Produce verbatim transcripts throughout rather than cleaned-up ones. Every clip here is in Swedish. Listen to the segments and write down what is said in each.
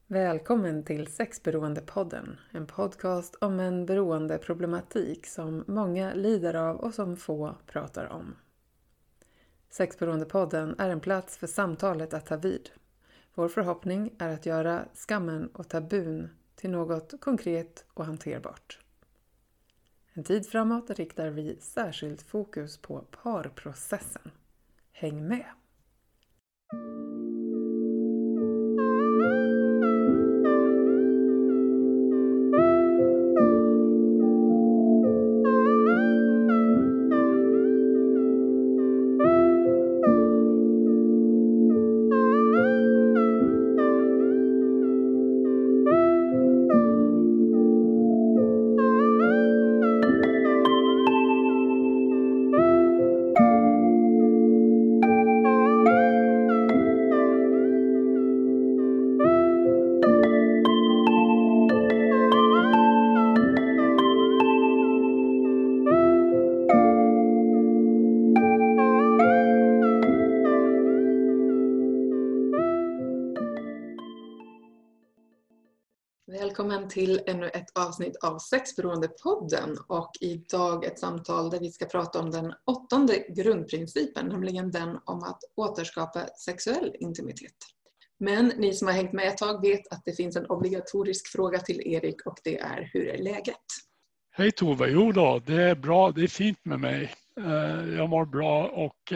Välkommen till Sexberoendepodden, en podcast om en beroendeproblematik som många lider av och som få pratar om. Sexberoendepodden är en plats för samtalet att ta vid. Vår förhoppning är att göra skammen och tabun till något konkret och hanterbart. En tid framåt riktar vi särskilt fokus på parprocessen. Häng med! Välkommen till ännu ett avsnitt av Sexberoendepodden och idag ett samtal där vi ska prata om den åttonde grundprincipen, nämligen den om att återskapa sexuell intimitet. Men ni som har hängt med ett tag vet att det finns en obligatorisk fråga till Erik och det är: hur är läget? Hej Tove, jo då, det är bra, det är fint med mig. Jag mår bra och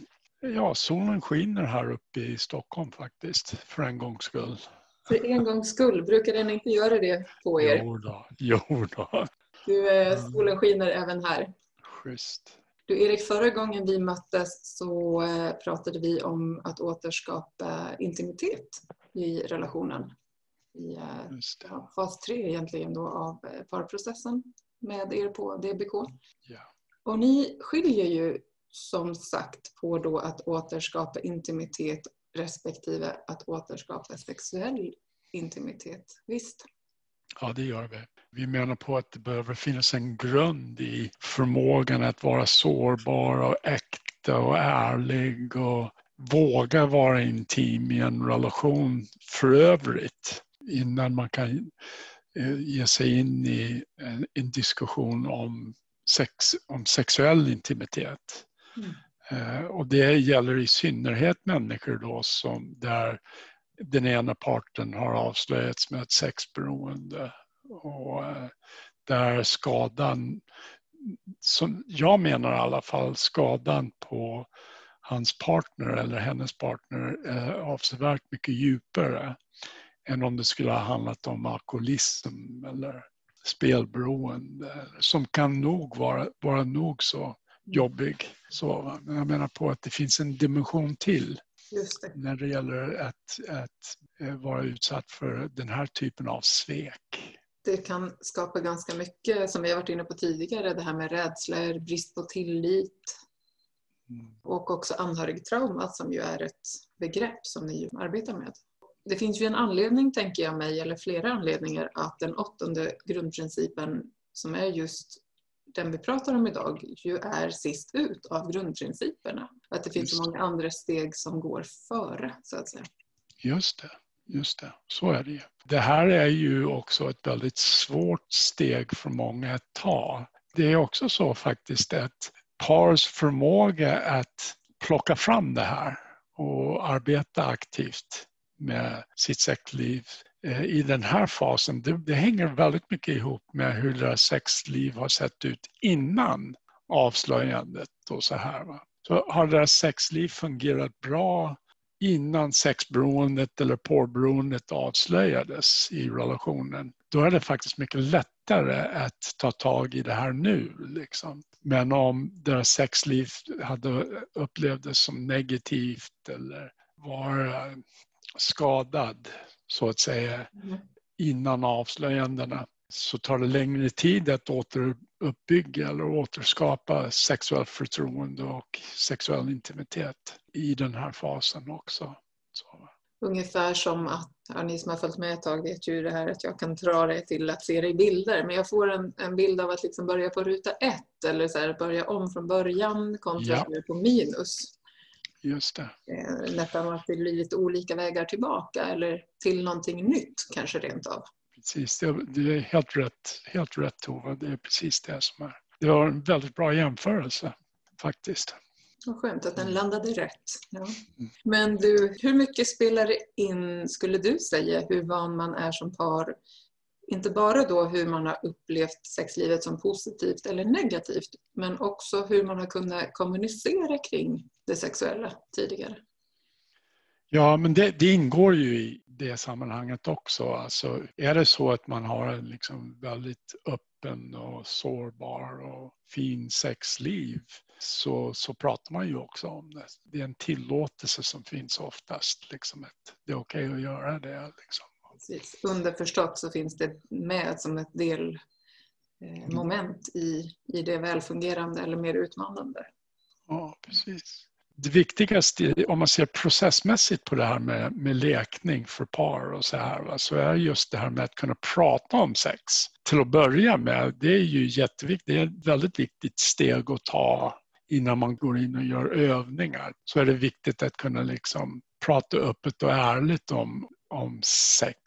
ja, solen skiner här uppe i Stockholm faktiskt, för en gångs skull. För en gångs skull, brukar den inte göra det på er? Jo då, jo då. Du, eh, solen skiner även här. Schysst. Du Erik, förra gången vi möttes så eh, pratade vi om att återskapa intimitet i relationen. I eh, fas tre egentligen då av eh, parprocessen med er på D B K. Ja. Och ni skiljer ju som sagt på då att återskapa intimitet respektive att återskapa sexuell intimitet. Visst? Ja, det gör vi. Vi menar på att det behöver finnas en grund i förmågan att vara sårbar och äkta och ärlig och våga vara intim i en relation för övrigt innan man kan ge sig in i en, en diskussion om, sex, om sexuell intimitet. Mm. Uh, och det gäller i synnerhet människor då som där den ena parten har avslöjats med ett sexberoende och uh, där skadan, som jag menar i alla fall, skadan på hans partner eller hennes partner är avsevärt mycket djupare än om det skulle ha handlat om alkoholism eller spelberoende som kan nog vara, vara nog så jobbig. Så jag menar på att det finns en dimension till Just det. När det gäller att, att vara utsatt för den här typen av svek. Det kan skapa ganska mycket, som vi har varit inne på tidigare, det här med rädslor, brist på tillit mm. och också anhörigtrauma som ju är ett begrepp som ni arbetar med. Det finns ju en anledning, tänker jag mig, eller flera anledningar, att den åttonde grundprincipen som är just den vi pratar om idag ju är sist ut av grundprinciperna. Att det finns så många andra steg som går före, så att säga. Just det, just det. Så är det ju. Det här är ju också ett väldigt svårt steg för många att ta. Det är också så faktiskt att pars förmåga att plocka fram det här och arbeta aktivt med sitt sexliv i den här fasen, det, det hänger väldigt mycket ihop med hur deras sexliv har sett ut innan avslöjandet och så här. Va? Så har deras sexliv fungerat bra innan sexberoendet eller porrberoendet avslöjades i relationen, då är det faktiskt mycket lättare att ta tag i det här nu. Liksom. Men om deras sexliv hade upplevdes som negativt eller var skadad så att säga mm. innan avslöjandena, så tar det längre tid att återuppbygga eller återskapa sexuellt förtroende och sexuell intimitet i den här fasen också. Så. Ungefär som att, ja, ni som har följt med ett tag vet ju det här att jag kan dra det till att se det i bilder, men jag får en, en bild av att liksom börja på ruta ett eller så här, börja om från början kontra ja. på minus. Just det. Eh, nästan att det blir lite olika vägar tillbaka eller till någonting nytt kanske rent av. Precis, det, det är helt rätt, helt rätt Tova. Det är precis det som är. Det var en väldigt bra jämförelse faktiskt. Vad skönt att den landade rätt. Ja. Men du, hur mycket spelar det in, skulle du säga, hur van man är som par? Inte bara då hur man har upplevt sexlivet som positivt eller negativt, men också hur man har kunnat kommunicera kring det sexuella tidigare. Ja, men det, det ingår ju i det sammanhanget också. Alltså, är det så att man har en liksom väldigt öppen och sårbar och fin sexliv så, så pratar man ju också om det. Det är en tillåtelse som finns oftast. Liksom ett, det är okej okay att göra det. Liksom. Precis. Underförstått så finns det med som ett delmoment eh, i, i det välfungerande eller mer utmanande. Ja, precis. Det viktigaste, om man ser processmässigt på det här med, med lekning för par och så här, va, så är just det här med att kunna prata om sex. Till att börja med, det är ju jätteviktigt, det är ett väldigt viktigt steg att ta innan man går in och gör övningar. Så är det viktigt att kunna liksom prata öppet och ärligt om, om sex.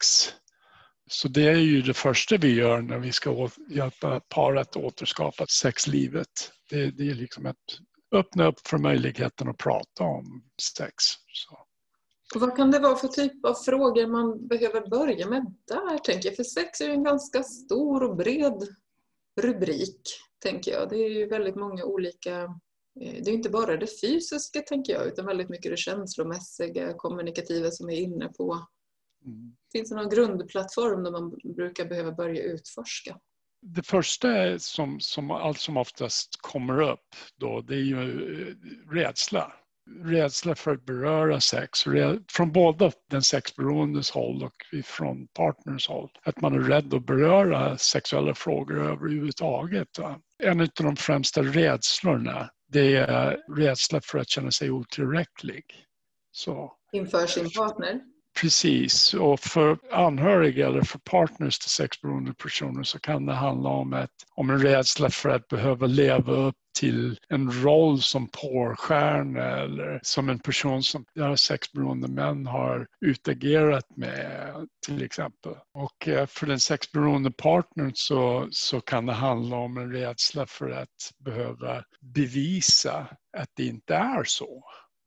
Så det är ju det första vi gör när vi ska hjälpa par att återskapa sexlivet. Det, det är liksom att öppna upp för möjligheten att prata om sex. Så. Och vad kan det vara för typ av frågor man behöver börja med där, tänker jag? För sex är ju en ganska stor och bred rubrik, tänker jag. Det är ju väldigt många olika... Det är inte bara det fysiska, tänker jag, utan väldigt mycket det känslomässiga, kommunikativa som vi är inne på. Mm. Finns det någon grundplattform där man brukar behöva börja utforska? Det första som, som allt som oftast kommer upp då, det är ju rädsla. Rädsla för att beröra sex. Från båda den sexberoendes håll och från partners håll. Att man är rädd att beröra sexuella frågor överhuvudtaget. Va? En av de främsta rädslorna, det är rädsla för att känna sig otillräcklig. Så. Inför sin partner? Precis, och för anhöriga eller för partners till sexberoende personer så kan det handla om, ett, om en rädsla för att behöva leva upp till en roll som porrstjärna eller som en person som deras sexberoende män har utagerat med till exempel. Och för den sexberoende partnern så, så kan det handla om en rädsla för att behöva bevisa att det inte är så.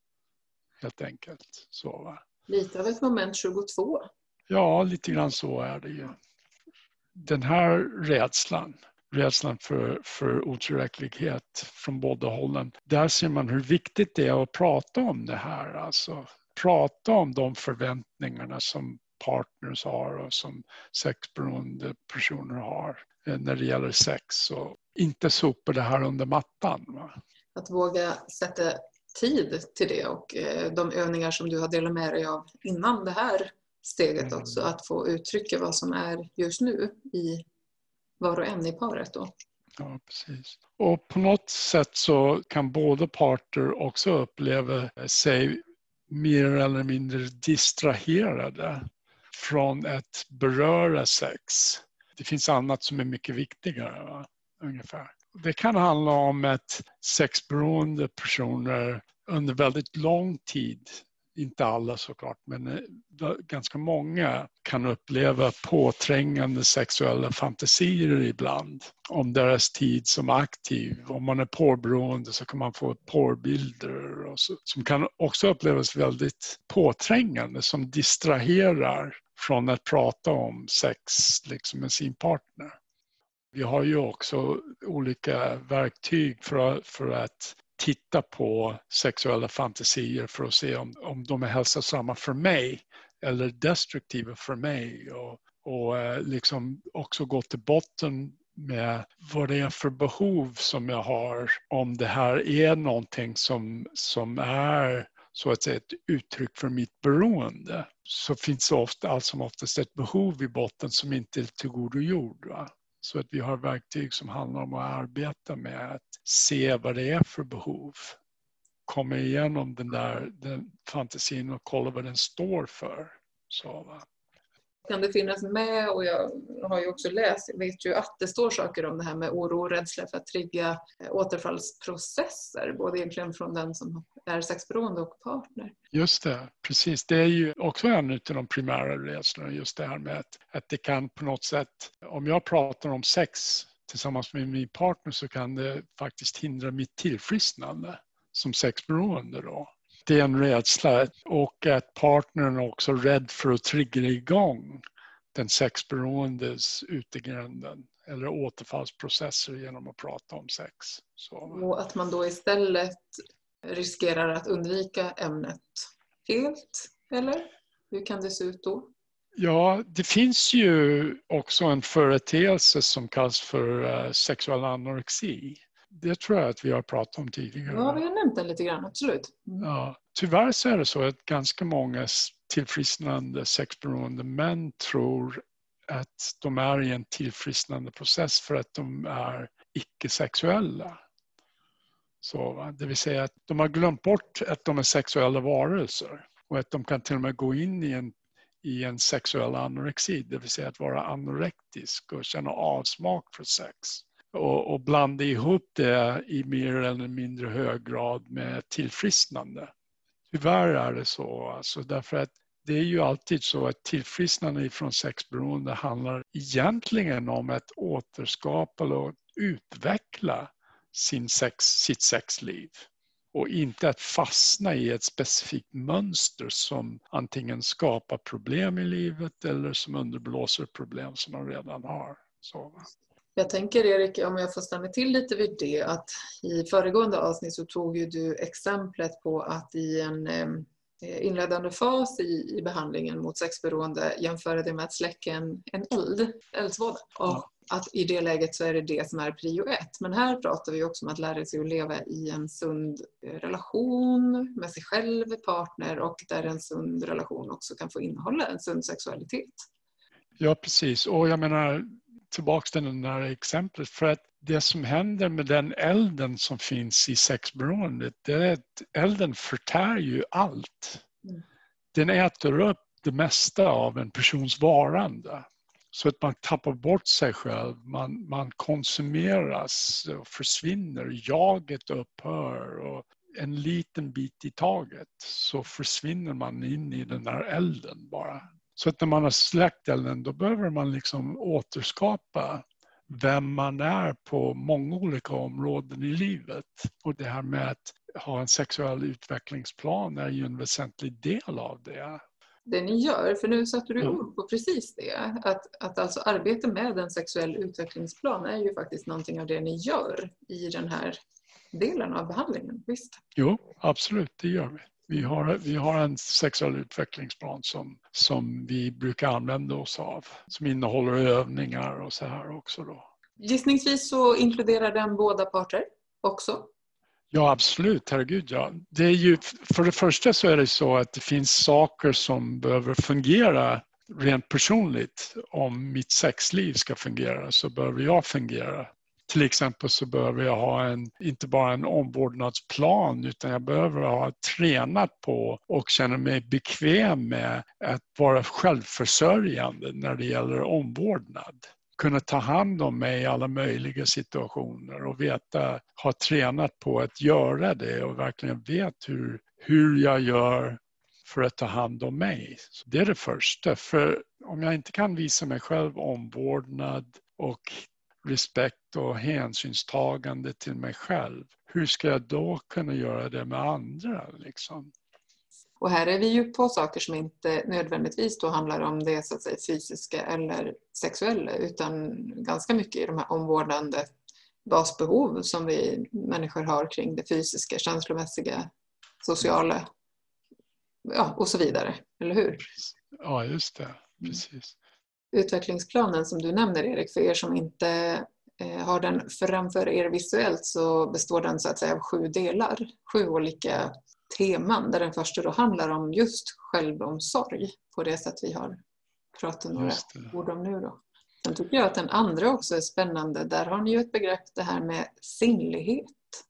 Helt enkelt. Så, va? Lite av ett moment tjugotvå. Ja, lite grann så är det ju. Den här rädslan, rädslan för, för otillräcklighet från båda hållen, där ser man hur viktigt det är att prata om det här. Alltså prata om de förväntningarna som partners har och som sexberoende personer har när det gäller sex. Och inte sopa det här under mattan. Va? Att våga sätta tid till det och de övningar som du har delat med dig av innan det här steget också, att få uttrycka vad som är just nu i var och en i paret då. Ja, precis. Och på något sätt så kan båda parter också uppleva sig mer eller mindre distraherade från att beröra sex. Det finns annat som är mycket viktigare, va? Ungefär. Det kan handla om att sexberoende personer under väldigt lång tid, inte alla såklart, men ganska många kan uppleva påträngande sexuella fantasier ibland om deras tid som aktiv. Om man är porrberoende så kan man få porrbilder och så, som kan också upplevas väldigt påträngande, som distraherar från att prata om sex liksom med sin partner. Vi har ju också olika verktyg för, för att titta på sexuella fantasier för att se om, om de är hälsosamma för mig eller destruktiva för mig. Och, och liksom också gå till botten med vad det är för behov som jag har. Om det här är någonting som, som är så att säga ett uttryck för mitt beroende. Så finns det ofta, allt som oftast ett behov i botten som inte är tillgodogjord, va? Så att vi har verktyg som handlar om att arbeta med att se vad det är för behov. Komma igenom den där den fantasin och kolla vad den står för. Så, va? Kan det finnas med, och jag har ju också läst, jag vet ju att det står saker om det här med oro och rädsla för att trigga återfallsprocesser, både egentligen från den som är sexberoende och partner. Just det, precis. Det är ju också en av de primära rädslorna, just det här med att, att det kan på något sätt, om jag pratar om sex tillsammans med min partner så kan det faktiskt hindra mitt tillfrisknande som sexberoende då. Det är en rädsla, och att partnern är också rädd för att trigga igång den sexberoendes utegränden eller återfallsprocesser genom att prata om sex. Så. Och att man då istället riskerar att undvika ämnet helt, eller? Hur kan det se ut då? Ja, det finns ju också en företeelse som kallas för uh, sexuell anorexi. Det tror jag att vi har pratat om tidigare. Ja, vi har nämnt den lite grann, absolut. Mm. Ja, tyvärr så är det så att ganska många tillfrisknande sexberoende män tror att de är i en tillfrisknande process för att de är icke-sexuella. Så, det vill säga att de har glömt bort att de är sexuella varelser och att de kan till och med gå in i en, i en sexuell anorexi, det vill säga att vara anorektisk och känna avsmak för sex. Och, och blanda ihop det i mer eller mindre hög grad med tillfrisknande. Tyvärr är det så, alltså, därför att det är ju alltid så att tillfrisknande från sexberoende handlar egentligen om att återskapa eller utveckla sin sex, sitt sexliv. Och inte att fastna i ett specifikt mönster som antingen skapar problem i livet eller som underblåser problem som man redan har. Så. Jag tänker, Erik, om jag får stanna till lite vid det, att i föregående avsnitt så tog ju du exemplet på att i en eh, inledande fas i, i behandlingen mot sexberoende jämföra det med att släcka en, en eld, eldsvåda. Och att i det läget så är det det som är prio ett. Men här pratar vi också om att lära sig att leva i en sund relation med sig själv, partner, och där en sund relation också kan få innehålla en sund sexualitet. Ja, precis. Och jag menar, tillbaka till det där exemplet, för att det som händer med den elden som finns i sexberoendet, det är att elden förtär ju allt. Mm. Den äter upp det mesta av en persons varande. Så att man tappar bort sig själv, man, man konsumeras och försvinner, jaget upphör och en liten bit i taget så försvinner man in i den där elden bara. Så att när man har släckt elden, då behöver man liksom återskapa vem man är på många olika områden i livet. Och det här med att ha en sexuell utvecklingsplan är ju en väsentlig del av det. Det ni gör, för nu satte du ord på precis det, att, att alltså arbeta med en sexuell utvecklingsplan är ju faktiskt någonting av det ni gör i den här delen av behandlingen, visst? Jo, absolut, det gör vi. Vi har, vi har en sexuell utvecklingsplan som, som vi brukar använda oss av, som innehåller övningar och så här också då. Gissningsvis så inkluderar den båda parter också? Ja, absolut. Herregud, ja. Det är ju, för det första så är det så att det finns saker som behöver fungera rent personligt. Om mitt sexliv ska fungera så behöver jag fungera. Till exempel så behöver jag ha en, inte bara en omvårdnadsplan, utan jag behöver ha tränat på och känna mig bekväm med att vara självförsörjande när det gäller omvårdnad. Kunna ta hand om mig i alla möjliga situationer och veta, ha tränat på att göra det och verkligen vet hur, hur jag gör för att ta hand om mig. Så det är det första. För om jag inte kan visa mig själv omvårdnad och respekt och hänsynstagande till mig själv, hur ska jag då kunna göra det med andra liksom? Och här är vi ju på saker som inte nödvändigtvis då handlar om det så att säga fysiska eller sexuella, utan ganska mycket i de här omvårdande basbehov som vi människor har kring det fysiska, känslomässiga, sociala, ja, och så vidare, eller hur? Ja, just det, precis. Utvecklingsplanen som du nämner, Erik, för er som inte eh, har den framför er visuellt, så består den så att säga av sju delar, sju olika teman, där den första då handlar om just självomsorg på det sätt vi har pratat några ord om nu då. Sen tycker jag att den andra också är spännande. Där har ni ju ett begrepp, det här med sinnlighet.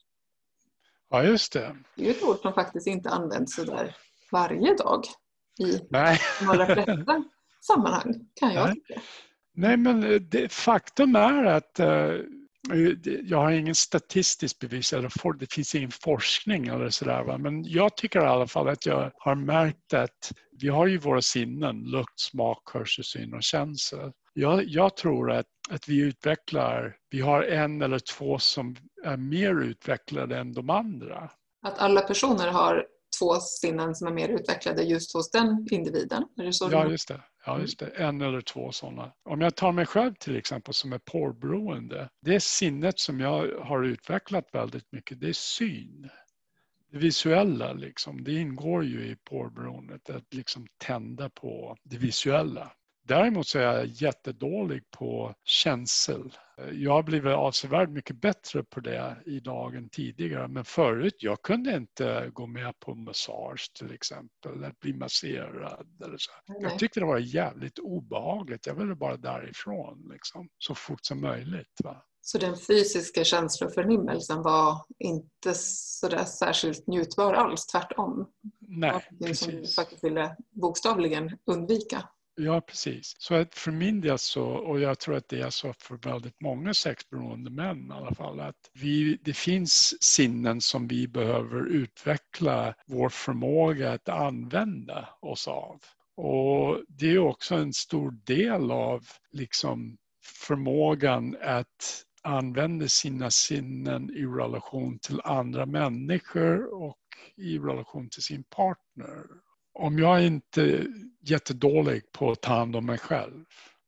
Ja, just det. Det är ju ett ord som faktiskt inte används så där varje dag i Nej. de allra flesta sammanhang, kan jag Nej. tycka. Nej, men det, faktum är att uh, jag har ingen statistisk bevis, eller for, det finns ingen forskning eller sådär, va? Men jag tycker i alla fall att jag har märkt att vi har ju våra sinnen, lukt, smak, hörsel, syn och känsel. Jag, jag tror att, att vi utvecklar, vi har en eller två som är mer utvecklade än de andra. Att alla personer har två sinnen som är mer utvecklade just hos den individen. Är det så? Ja, just det. Ja, just det. En eller två sådana. Om jag tar mig själv till exempel som är porrberoende. Det sinnet som jag har utvecklat väldigt mycket, det är syn. Det visuella liksom, det ingår ju i porrberoendet, att liksom tända på det visuella. Däremot så är jag jättedålig på känsel. Jag har blivit avsevärt mycket bättre på det idag än tidigare. Men förut, jag kunde inte gå med på massage till exempel. Att bli masserad eller så. Nej. Jag tyckte det var jävligt obehagligt. Jag ville bara därifrån liksom, så fort som möjligt. Va? Så den fysiska känsloförnimmelsen var inte så där särskilt njutbar alls, tvärtom? Nej, det precis. Som du faktiskt ville bokstavligen undvika. Ja, precis. Så att för min del så, och jag tror att det är så för väldigt många sexberoende män i alla fall, att vi, det finns sinnen som vi behöver utveckla vår förmåga att använda oss av. Och det är också en stor del av liksom förmågan att använda sina sinnen i relation till andra människor och i relation till sin partner. Om jag inte är jättedålig på att ta hand om mig själv,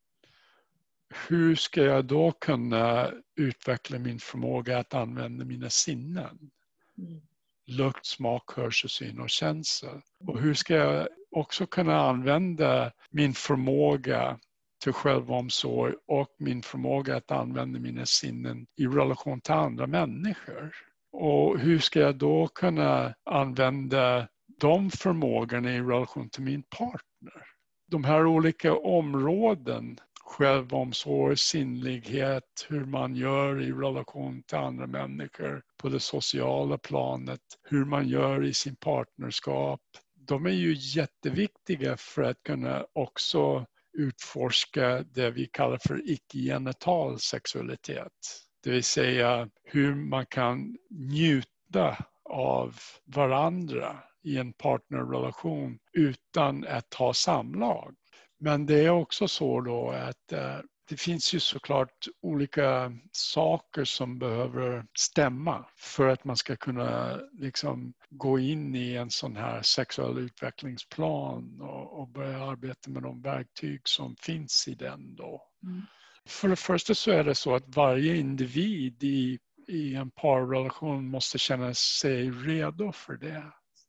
hur ska jag då kunna utveckla min förmåga att använda mina sinnen? Mm. Lukt, smak, hörsel, syn och känsel. Och hur ska jag också kunna använda min förmåga till självomsorg och min förmåga att använda mina sinnen i relation till andra människor? Och hur ska jag då kunna använda de förmågorna i relation till min partner? De här olika områden, självomsorg, sinnlighet, hur man gör i relation till andra människor på det sociala planet, hur man gör i sin partnerskap. De är ju jätteviktiga för att kunna också utforska det vi kallar för icke-genital sexualitet. Det vill säga hur man kan njuta av varandra i en partnerrelation utan att ha samlag. Men det är också så då att eh, det finns ju såklart olika saker som behöver stämma för att man ska kunna liksom gå in i en sån här sexuell utvecklingsplan och, och börja arbeta med de verktyg som finns i den då. Mm. För det första så är det så att varje individ i, i en parrelation måste känna sig redo för det.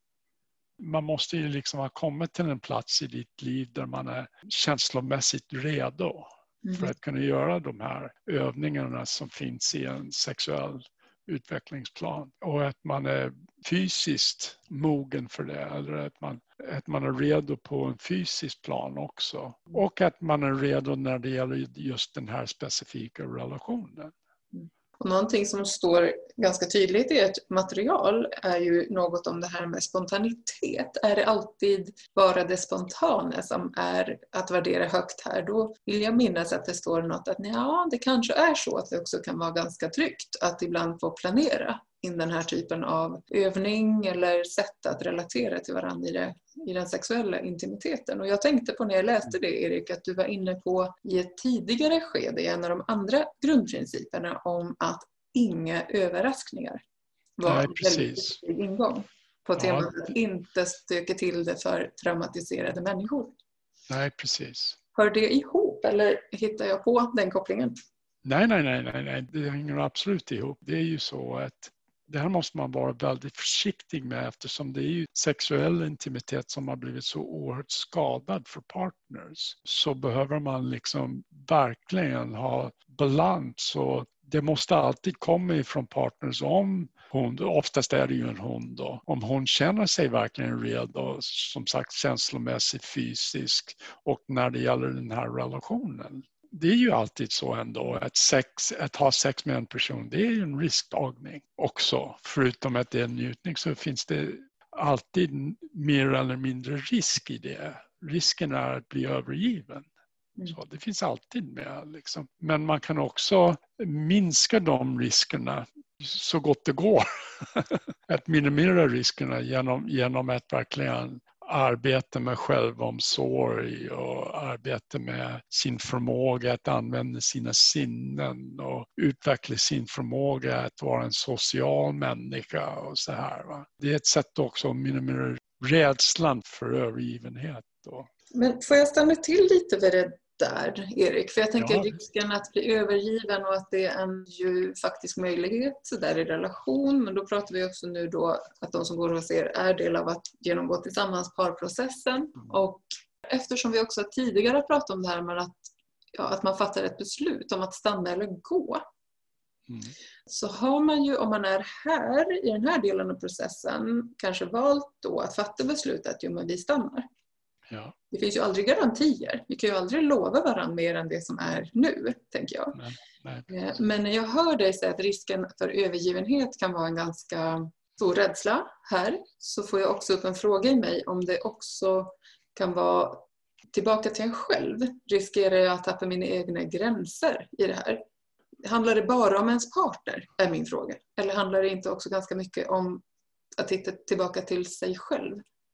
Man måste ju liksom ha kommit till en plats i ditt liv där man är känslomässigt redo mm. för att kunna göra de här övningarna som finns i en sexuell utvecklingsplan. Och att man är fysiskt mogen för det, eller att man, att man är redo på en fysisk plan också. Och att man är redo när det gäller just den här specifika relationen. Och någonting som står ganska tydligt i ett material är ju något om det här med spontanitet. Är det alltid bara det spontana som är att värdera högt här? Då vill jag minnas att det står något att ja, det kanske är så att det också kan vara ganska tryggt att ibland få planera in den här typen av övning eller sätt att relatera till varandra i, det, i den sexuella intimiteten. Och jag tänkte på när jag läste det, Erik, att du var inne på i ett tidigare skede, en av de andra grundprinciperna om att inga överraskningar var Nej, en väldigt precis. viktig ingång på temat Ja. att inte stöka till det för traumatiserade människor. Nej, precis. Hör det ihop eller hittar jag på den kopplingen? Nej, nej, nej, nej, nej. Det hänger absolut ihop. Det är ju så att det här måste man vara väldigt försiktig med eftersom det är ju sexuell intimitet som har blivit så oerhört skadad för partners. Så behöver man liksom verkligen ha balans och det måste alltid komma ifrån partners om hon, oftast är det ju en hon då, om hon känner sig verkligen redo, som sagt känslomässigt, fysiskt och när det gäller den här relationen. Det är ju alltid så ändå att, sex, att ha sex med en person, det är ju en risktagning också. Förutom att det är en njutning så finns det alltid mer eller mindre risk i det. risken är att bli övergiven. Mm. Så det finns alltid med. Liksom. Men man kan också minska de riskerna så gott det går. Att minimera riskerna genom, genom att verkligen arbeta med självomsorg och arbeta med sin förmåga att använda sina sinnen och utveckla sin förmåga att vara en social människa och så här. Va? Det är ett sätt också att minimera rädslan för övergivenhet. Då. Men får jag stanna till lite vid det där, Erik? För jag tänker Ja. risken att bli övergiven och att det är en ju faktisk möjlighet där i relation. Men då pratar vi också nu då att de som går hos er är del av att genomgå tillsammans parprocessen. Mm. Och eftersom vi också tidigare pratat om det här med att, ja, att man fattar ett beslut om att stanna eller gå. Mm. Så har man ju, om man är här i den här delen av processen, kanske valt då att fatta beslutet att jo, men vi stannar. Ja. Det finns ju aldrig garantier. Vi kan ju aldrig lova varandra mer än det som är nu, tänker jag. Nej, nej. Men när jag hör dig säga att risken för övergivenhet kan vara en ganska stor rädsla här, så får jag också upp en fråga i mig om det också kan vara tillbaka till en själv. Riskerar jag att tappa mina egna gränser i det här? Handlar det bara om ens partner, är min fråga. Eller handlar det inte också ganska mycket om att titta tillbaka till sig själv?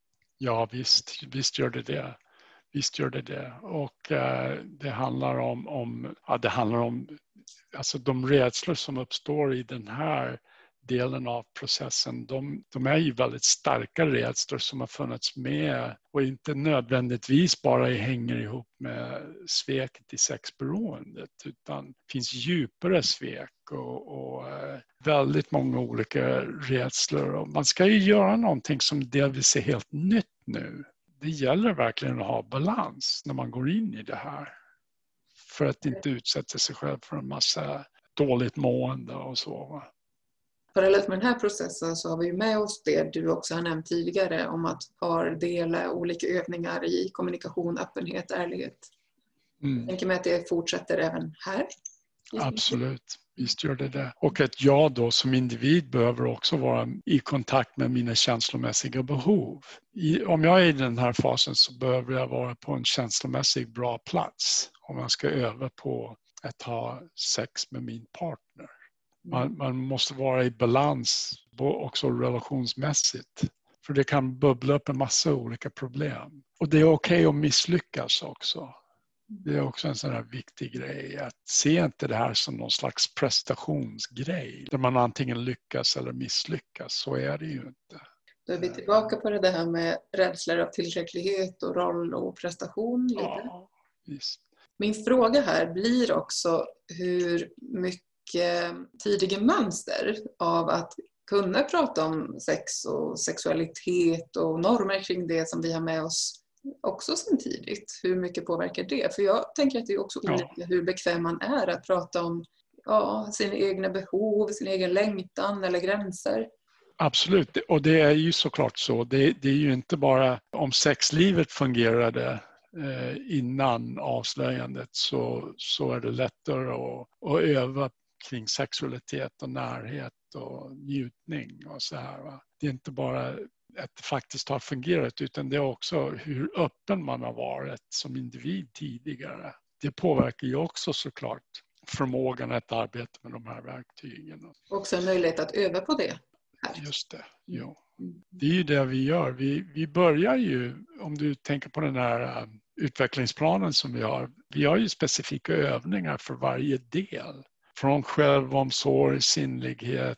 Ja, visst, visst gör det det. Visst gör det det. Och eh, det handlar om, om, ja, det handlar om alltså de rädslor som uppstår i den här delen av processen. De, de är ju väldigt starka rädslor som har funnits med och inte nödvändigtvis bara hänger ihop med sveket i sexberoendet, utan det finns djupare svek och, och eh, väldigt många olika rädslor. Och man ska ju göra någonting som delvis är helt nytt nu. Det gäller verkligen att ha balans när man går in i det här. För att inte utsätta sig själv för en massa dåligt mående och så. Parallellt med den här processen så har vi ju med oss det du också har nämnt tidigare om att dela olika övningar i kommunikation, öppenhet, ärlighet. Mm. Jag tänker mig att det fortsätter även här. Absolut, visst gör det det. Och att jag då som individ behöver också vara i kontakt med mina känslomässiga behov. I, om jag är i den här fasen så behöver jag vara på en känslomässigt bra plats om jag ska öva på att ha sex med min partner. Man, man måste vara i balans också relationsmässigt. För det kan bubbla upp en massa olika problem. Och det är okej okay att misslyckas också. Det är också en sån här viktig grej. Att se inte det här som någon slags prestationsgrej. Där man antingen lyckas eller misslyckas. Så är det ju inte. Då är vi tillbaka på det här med rädslor av tillräcklighet och roll och prestation. Lite. Ja, visst. Min fråga här blir också hur mycket tidiga mönster av att kunna prata om sex och sexualitet och normer kring det som vi har med oss också sedan tidigt. Hur mycket påverkar det? För jag tänker att det är också olika ja. hur bekväm man är att prata om ja, sina egna behov, sin egen längtan eller gränser. Absolut, och det är ju såklart så. Det, det är ju inte bara om sexlivet fungerade eh, innan avslöjandet så, så är det lättare att, att öva kring sexualitet och närhet och njutning och så här. Va? Det är inte bara att det faktiskt har fungerat utan det är också hur öppen man har varit som individ tidigare. Det påverkar ju också såklart förmågan att arbeta med de här verktygen. Också en möjlighet att öva på det. Här. Just det, jo. Det är ju det vi gör. Vi, vi börjar ju, om du tänker på den här uh, utvecklingsplanen som vi har, vi har ju specifika övningar för varje del. Från självomsorg, sinnlighet,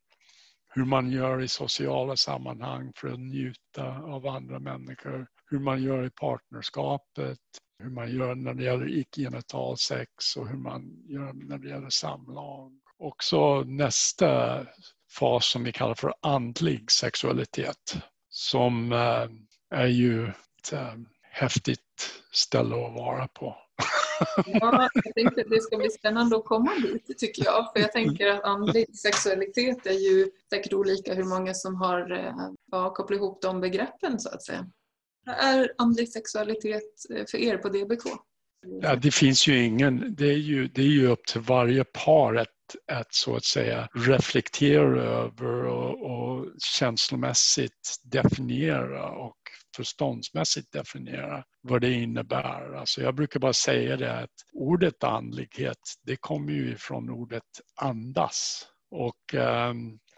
hur man gör i sociala sammanhang för att njuta av andra människor, hur man gör i partnerskapet, hur man gör när det gäller icke-genital sex och hur man gör när det gäller samlag. Och så nästa fas som vi kallar för andlig sexualitet som äh, är ju ett äh, häftigt ställe att vara på. Ja, jag tänkte att det ska bli spännande att komma dit, tycker jag. För jag tänker att andlig sexualitet är ju säkert olika hur många som har ja, kopplat ihop de begreppen så att säga. Vad är andlig sexualitet för er på D B K? Ja, det finns ju ingen, det är ju, det är ju upp till varje par att, att så att säga reflektera över och, och känslomässigt definiera och förståndsmässigt definiera vad det innebär. Alltså jag brukar bara säga det att ordet andlighet, det kommer ju från ordet andas. Och eh,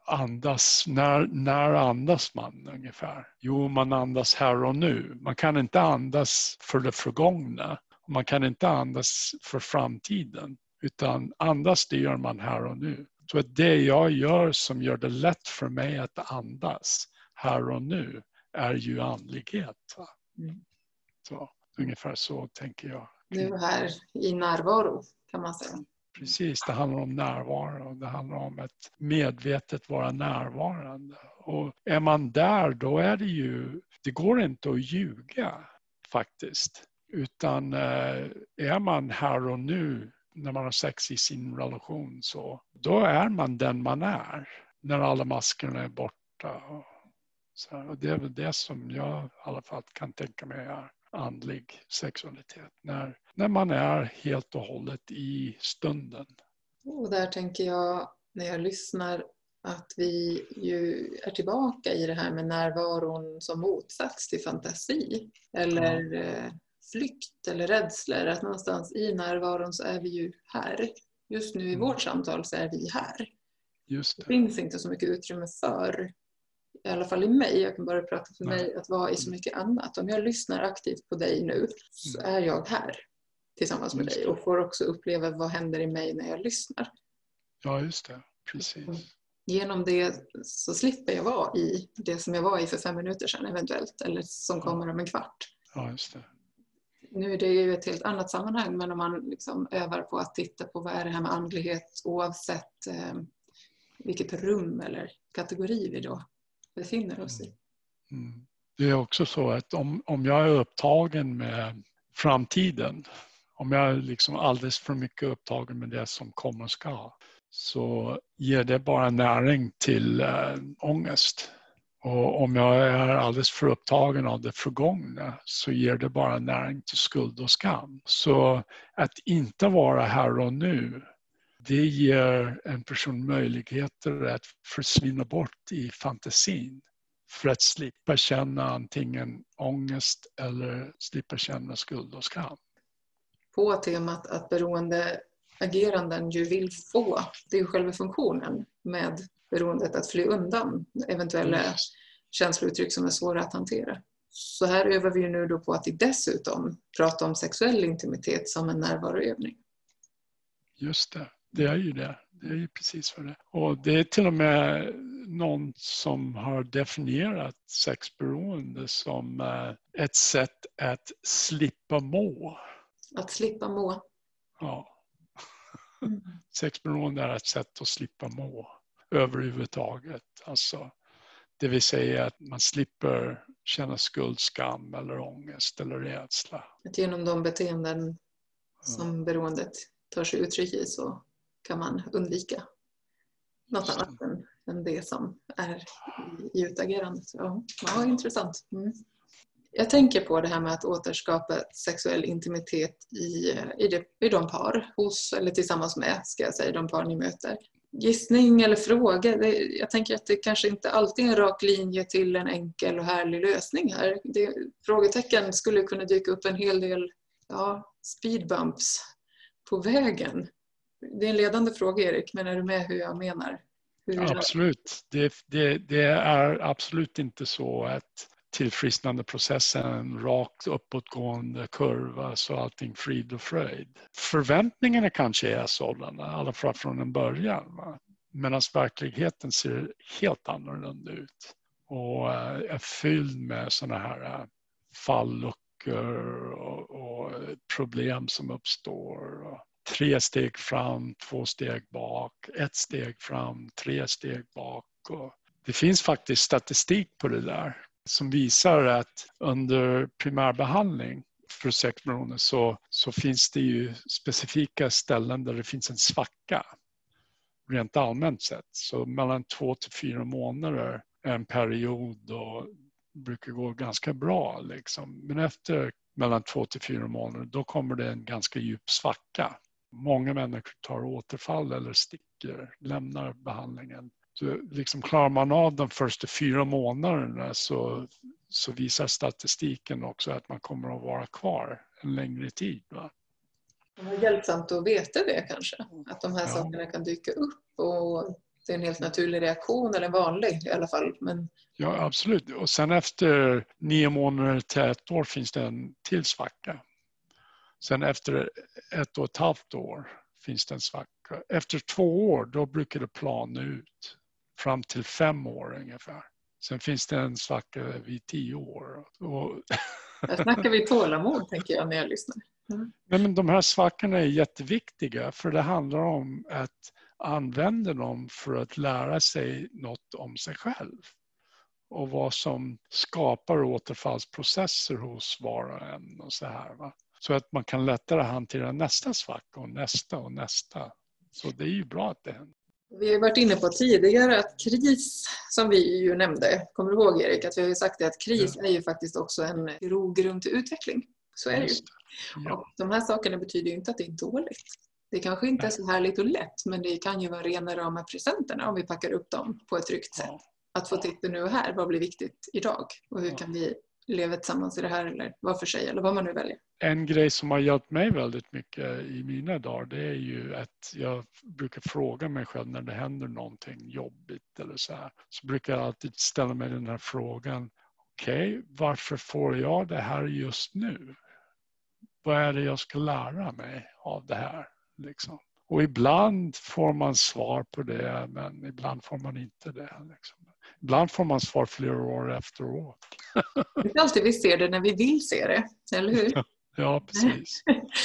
andas, när, när andas man ungefär? Jo, man andas här och nu. Man kan inte andas för det förgångna. Man kan inte andas för framtiden. Utan andas, det gör man här och nu. Så att det jag gör som gör det lätt för mig att andas här och nu är ju andlighet. Mm. Så ungefär så tänker jag. Nu här i närvaro kan man säga. Precis, det handlar om närvaro. Det handlar om att medvetet vara närvarande. Och är man där, då är det ju, det går inte att ljuga faktiskt. Utan är man här och nu när man har sex i sin relation, så då är man den man är. När alla maskerna är borta. Så, och det är väl det som jag i alla fall kan tänka mig är andlig sexualitet. När, när man är helt och hållet i stunden. Och där tänker jag, när jag lyssnar, att vi ju är tillbaka i det här med närvaron som motsats till fantasi. Eller ja. flykt eller rädslor. Att någonstans i närvaron så är vi ju här. Just nu i mm. vårt samtal så är vi här. Just det. Det finns inte så mycket utrymme för, i alla fall i mig, jag kan bara prata för Nej. mig, att vara i så mycket annat. Om jag lyssnar aktivt på dig nu så är jag här tillsammans med just dig. Och får också uppleva vad händer i mig när jag lyssnar. Ja, just det. Precis. Genom det så slipper jag vara i det som jag var i för fem minuter sedan eventuellt. Eller som kommer om en kvart. Ja, just det. Nu är det ju ett helt annat sammanhang, men om man liksom övar på att titta på vad är det här med andlighet oavsett eh, vilket rum eller kategori vi då befinner oss i. Mm. Det är också så att om, om jag är upptagen med framtiden, om jag är liksom alldeles för mycket upptagen med det som kommer och ska, så ger det bara näring till äh, ångest. Och om jag är alldeles för upptagen av det förgångna så ger det bara näring till skuld och skam. Så att inte vara här och nu, det ger en person möjligheter att försvinna bort i fantasin. För att slippa känna antingen ångest eller slippa känna skuld och skam. På temat att beroende ageranden ju vill få, det är ju själva funktionen med beroendet att fly undan eventuella mm. känslouttryck som är svåra att hantera. Så här övar vi ju nu då på att dessutom prata om sexuell intimitet som en närvaroövning. Just det, det är ju det. Det är ju precis för det. Och det är till och med någon som har definierat sexberoende som ett sätt att slippa må. Att slippa må. Ja. Mm. Sexberoende är ett sätt att slippa må överhuvudtaget. Alltså, det vill säga att man slipper känna skuld, skam eller ångest eller rädsla. Att genom de beteenden som mm. beroendet tar sig uttryck i så kan man undvika något Just annat än, än det som är i, i utagerandet. Ja, ja intressant. Mm. Jag tänker på det här med att återskapa sexuell intimitet i, i, det, i de par, hos eller tillsammans med, ska jag säga, de par ni möter. Gissning eller fråga, det, jag tänker att det kanske inte alltid är en rak linje till en enkel och härlig lösning här. Det, frågetecken skulle kunna dyka upp en hel del ja, speedbumps på vägen. Det är en ledande fråga, Erik, men är du med hur jag menar? Hur... Absolut. Det, det, det är absolut inte så att tillfrisknandeprocessen rakt uppåtgående kurva så allting frid och fröjd. Förväntningarna kanske är sådana, i alla fall från en början. Va? Medan verkligheten ser helt annorlunda ut och är fylld med sådana här falluckor och, och problem som uppstår. Och tre steg fram, två steg bak, ett steg fram, tre steg bak. Och det finns faktiskt statistik på det där som visar att under primärbehandling för sexberoende så, så finns det ju specifika ställen där det finns en svacka rent allmänt sett. Så mellan två till fyra månader är en period och brukar gå ganska bra liksom. Men efter mellan två till fyra månader då kommer det en ganska djup svacka. Många människor tar återfall eller sticker, lämnar behandlingen Så liksom klarar man av de första fyra månaderna så, så visar statistiken också att man kommer att vara kvar en längre tid. Va? Det var hjälpsamt att veta det kanske. Att de här Ja. sakerna kan dyka upp och det är en helt naturlig reaktion eller vanlig i alla fall. Men... Ja, absolut. Och sen efter nio månader till ett år finns det en till svacka. Sen efter ett och ett halvt år finns det en svacka. Efter två år då brukar det plana ut. Fram till fem år ungefär. Sen finns det en svacka vid tio år. Och Där snackar vi tålamod tänker jag när jag lyssnar. Mm. Nej, men de här svackorna är jätteviktiga för det handlar om att använda dem för att lära sig något om sig själv. Och vad som skapar återfallsprocesser hos var och en och så här. Va? Så att man kan lättare hantera nästa svacka och nästa och nästa. Så det är ju bra att det händer. Vi har varit inne på tidigare att kris, som vi ju nämnde, kommer du ihåg Erik, att vi har ju sagt det att kris ja. är ju faktiskt också en grogrund till utveckling. Så är det ju. Ja. Och de här sakerna betyder ju inte att det är dåligt. Det kanske inte är så härligt och lätt, men det kan ju vara rena rama presenterna om vi packar upp dem på ett tryggt sätt. Att få titta nu och här, vad blir viktigt idag? Och hur kan vi leva tillsammans i det här eller var för sig eller vad man nu väljer. En grej som har hjälpt mig väldigt mycket i mina dagar det är ju att jag brukar fråga mig själv när det händer någonting jobbigt eller så här. Så brukar jag alltid ställa mig den här frågan. Okej, okay, varför får jag det här just nu? Vad är det jag ska lära mig av det här? Liksom. Och ibland får man svar på det men ibland får man inte det. Liksom. Ibland får man svar flera år efteråt. Det är inte alltid vi ser det när vi vill se det, eller hur? Ja, precis.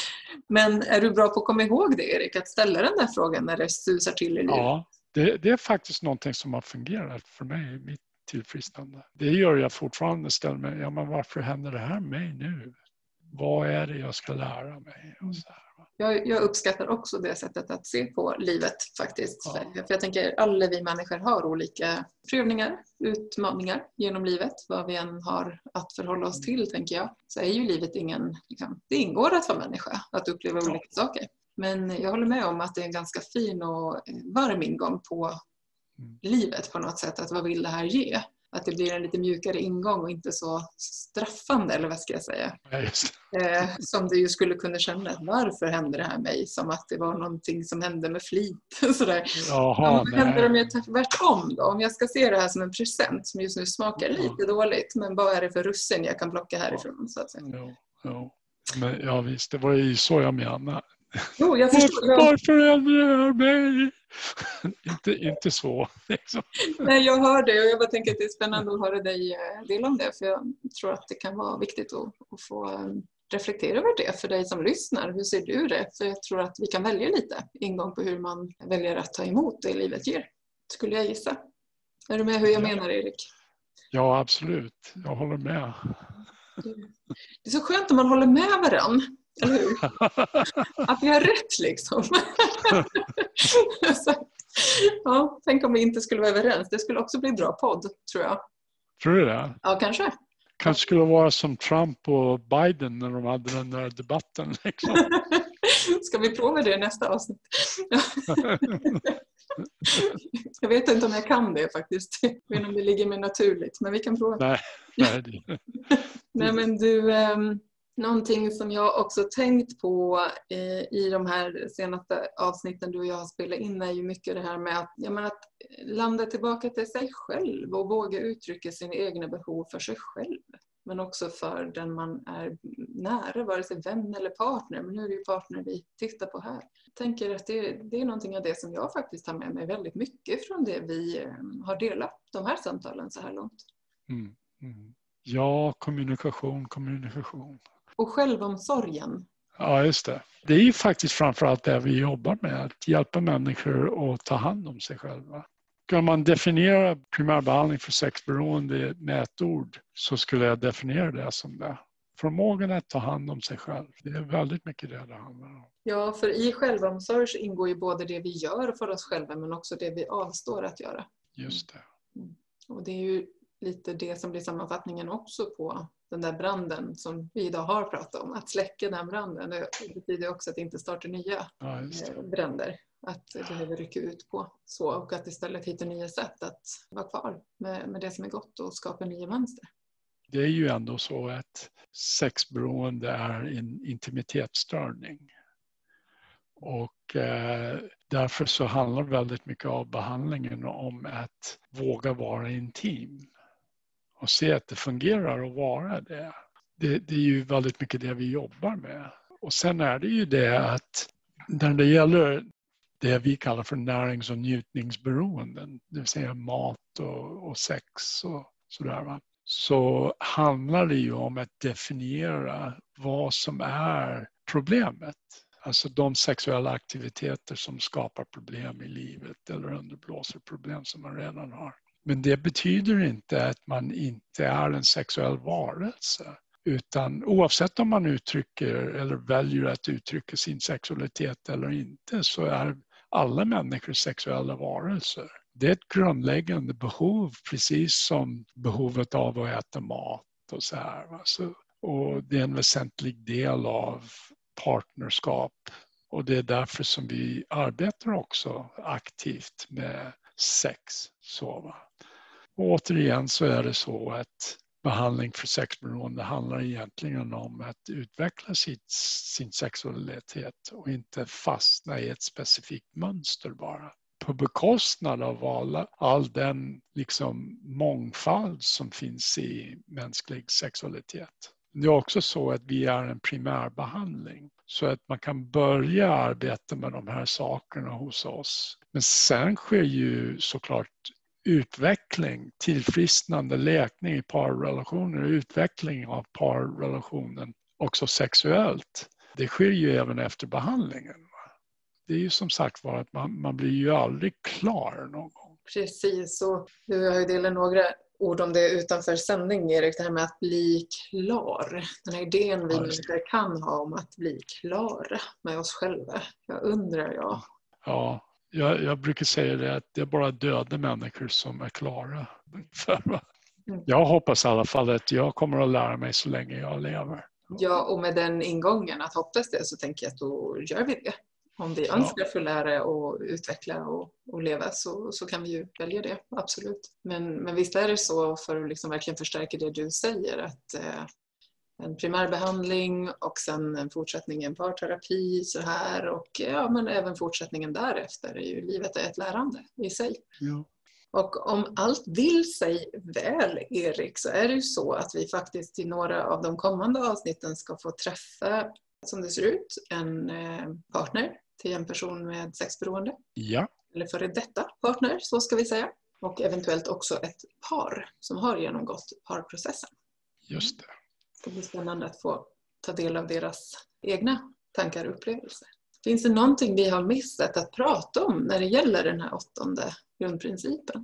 Men är du bra på att komma ihåg det, Erik? Att ställa den där frågan när det susar till i livet? Ja, det, det är faktiskt någonting som har fungerat för mig, mitt tillfrisknande. Det gör jag fortfarande, ställer mig, ja men varför händer det här mig nu? Vad är det jag ska lära mig? Och så här. Jag, jag uppskattar också det sättet att se på livet faktiskt. Ja. För jag tänker alla vi människor har olika prövningar, utmaningar genom livet. Vad vi än har att förhålla oss till tänker jag. Så är ju livet ingen, liksom, det ingår att vara människa, att uppleva olika ja. saker. Men jag håller med om att det är en ganska fin och varm ingång på mm. livet på något sätt. Att vad vill det här ge? Att det blir en lite mjukare ingång och inte så straffande, eller vad ska jag säga. Eh, som du ju skulle kunna känna, varför hände det här mig? Som att det var någonting som hände med flit. Sådär. Jaha, ja, vad händer om jag tvärtom då? Om jag ska se det här som en present som just nu smakar lite ja. dåligt, men vad är det för russin jag kan plocka härifrån? Så att säga. Ja, ja. Men, ja visst, det var ju så jag menade. Jo, jag förstår. Var, varför händer det här mig? inte, inte så. Liksom. Nej, jag hör det och jag bara tänker att det är spännande att höra dig dela om det. För jag tror att det kan vara viktigt att, att få reflektera över det för dig som lyssnar. Hur ser du det? För jag tror att vi kan välja lite ingång på hur man väljer att ta emot det livet ger. Skulle jag gissa. Är du med hur jag menar, Erik? Ja, absolut. Jag håller med. Det är så skönt om man håller med varandra. Eller hur? Att vi har rätt liksom. Så, ja, tänk om vi inte skulle vara överens. Det skulle också bli en bra podd, tror jag. Tror du det? Ja, kanske. Kanske skulle vara som Trump och Biden när de hade den där debatten. Liksom. Ska vi prova det i nästa avsnitt? Jag vet inte om jag kan det faktiskt. Jag vet inte om det ligger mig naturligt, men vi kan prova. Nej, nej, det... nej men du... Um... Någonting som jag också tänkt på eh, i de här senaste avsnitten du och jag har spelat in är ju mycket det här med att, jag menar, att landa tillbaka till sig själv och våga uttrycka sina egna behov för sig själv. Men också för den man är nära, vare sig vän eller partner. Men nu är det ju partner vi tittar på här. Jag tänker att det, det är någonting av det som jag faktiskt har med mig väldigt mycket från det vi eh, har delat, de här samtalen så här långt. Mm, mm. Ja, kommunikation, kommunikation. Och självomsorgen. Ja, just det. Det är ju faktiskt framförallt det vi jobbar med. Att hjälpa människor att ta hand om sig själva. Kan man definiera primärbehandling för sexberoende med ett ord så skulle jag definiera det som det. Förmågan att ta hand om sig själv. Det är väldigt mycket det det handlar om. Ja, för i självomsorg så ingår ju både det vi gör för oss själva men också det vi avstår att göra. Just det. Mm. Och det är ju lite det som blir sammanfattningen också på den där branden som vi idag har pratat om. Att släcka den branden, det betyder också att inte starta nya Ja, just det. bränder. Att det behöver rycka ut på så, och att istället hitta nya sätt att vara kvar med, med det som är gott och skapa nya mönster. Det är ju ändå så att sexberoende är en intimitetsstörning. Och eh, därför så handlar väldigt mycket av behandlingen om att våga vara intim. Och se att det fungerar att vara det. det. Det är ju väldigt mycket det vi jobbar med. Och sen är det ju det att när det gäller det vi kallar för närings- och njutningsberoenden, det vill säga mat och, och sex och sådär, va? Så handlar det ju om att definiera vad som är problemet. Alltså de sexuella aktiviteter som skapar problem i livet eller underblåser problem som man redan har. Men det betyder inte att man inte är en sexuell varelse. Utan oavsett om man uttrycker eller väljer att uttrycka sin sexualitet eller inte, så är alla människor sexuella varelser. Det är ett grundläggande behov, precis som behovet av att äta mat och så här. Alltså, och det är en väsentlig del av partnerskap. Och det är därför som vi arbetar också aktivt med sex. Så, va? Och återigen så är det så att behandling för sexberoende handlar egentligen om att utveckla sitt, sin sexualitet och inte fastna i ett specifikt mönster bara. På bekostnad av alla, all den liksom mångfald som finns i mänsklig sexualitet. Det är också så att vi är en primärbehandling. Så att man kan börja arbeta med de här sakerna hos oss. Men sen sker ju såklart utveckling, tillfrisknande, läkning i parrelationer, utveckling av parrelationen också sexuellt. Det sker ju även efter behandlingen. Det är ju som sagt var att man, man blir ju aldrig klar någon gång. Precis, och du har ju delat några ord om det utanför sändning, Erik, det här med att bli klar. Den här idén vi människor kan ha om att bli klara med oss själva. Jag undrar, ja. Ja. Jag, jag brukar säga det att det är bara döda människor som är klara. Jag hoppas i alla fall att jag kommer att lära mig så länge jag lever. Ja, och med den ingången att hoppas det, så tänker jag att då gör vi det. Om vi önskar få lära och utveckla och, och leva, så, så kan vi ju välja det, absolut. Men, men visst är det så, för att liksom verkligen förstärka det du säger, att eh, en primärbehandling och sen en fortsättning i en parterapi så här, och ja, men även fortsättningen därefter är ju livet är ett lärande i sig. Ja. Och om allt vill sig väl, Erik, så är det ju så att vi faktiskt i några av de kommande avsnitten ska få träffa, som det ser ut, en partner till en person med sexberoende. Ja. Eller före detta partner, så ska vi säga. Och eventuellt också ett par som har genomgått parprocessen. Just det. Det ska bli spännande att få ta del av deras egna tankar och upplevelser. Finns det någonting vi har missat att prata om när det gäller den här åttonde grundprincipen?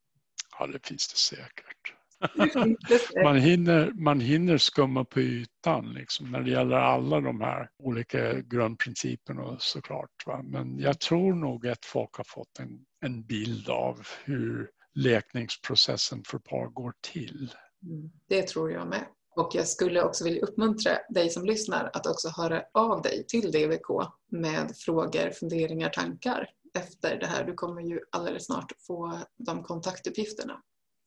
Ja, det finns det säkert. Det finns det säkert. Man hinner, man hinner skumma på ytan liksom, när det gäller alla de här olika grundprinciperna såklart. Va? Men jag tror nog att folk har fått en, en bild av hur läkningsprocessen för par går till. Mm, det tror jag med. Och jag skulle också vilja uppmuntra dig som lyssnar att också höra av dig till D V K med frågor, funderingar, tankar efter det här. Du kommer ju alldeles snart få de kontaktuppgifterna.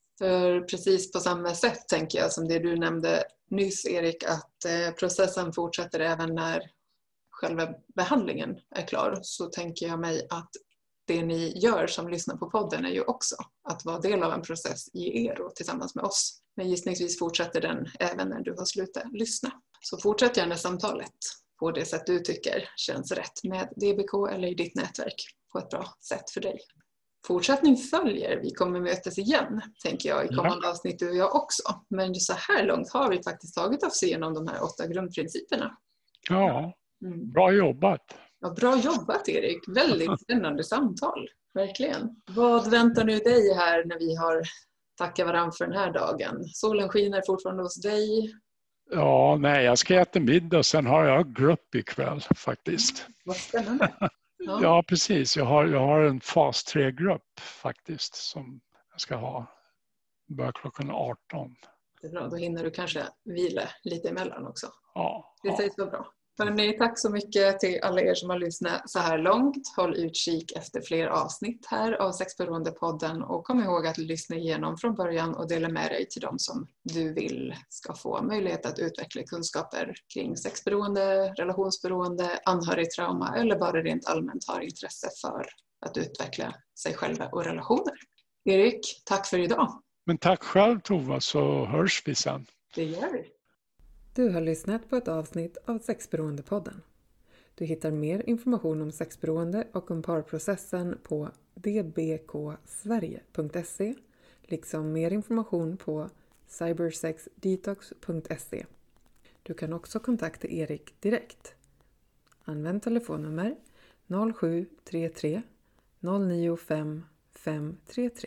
För precis på samma sätt tänker jag som det du nämnde nyss, Erik, att eh, processen fortsätter även när själva behandlingen är klar. Så tänker jag mig att det ni gör som lyssnar på podden är ju också att vara del av en process i er och tillsammans med oss. Men gissningsvis fortsätter den även när du har slutat lyssna. Så fortsätt gärna samtalet på det sätt du tycker känns rätt med D B K eller i ditt nätverk på ett bra sätt för dig. Fortsättning följer. Vi kommer mötas igen, tänker jag, i kommande ja. avsnitt du och jag också. Men så här långt har vi faktiskt tagit oss igenom de här åtta grundprinciperna. Ja, mm. Bra jobbat. Ja, bra jobbat, Erik. Väldigt spännande samtal. Verkligen. Vad väntar nu dig här när vi har tackat varandra för den här dagen? Solen skiner fortfarande hos dig. Ja, nej, jag ska äta middag. Sen har jag grupp ikväll faktiskt. Vad spännande. Ja. ja, precis. Jag har, jag har en fas tre-grupp faktiskt som jag ska ha. Börjar klockan arton. Jättebra, då hinner du kanske vila lite emellan också. Ja, det ja. sägs vara bra. Hörrni, tack så mycket till alla er som har lyssnat så här långt. Håll utkik efter fler avsnitt här av Sexberoende-podden och kom ihåg att lyssna igenom från början och dela med dig till dem som du vill ska få möjlighet att utveckla kunskaper kring sexberoende, relationsberoende, anhörigtrauma eller bara rent allmänt har intresse för att utveckla sig själva och relationer. Erik, tack för idag. Men tack själv Tova, så hörs vi sen. Det gör vi. Du har lyssnat på ett avsnitt av Sexberoende-podden. Du hittar mer information om sexberoende och om parprocessen på d b k sverige punkt se liksom mer information på cybersexdetox punkt se. Du kan också kontakta Erik direkt. Använd telefonnummer noll sju tre tre noll nio fem fem tre tre.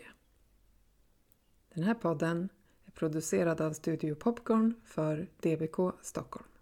Den här podden är producerad av Studio Popcorn för D B K Stockholm.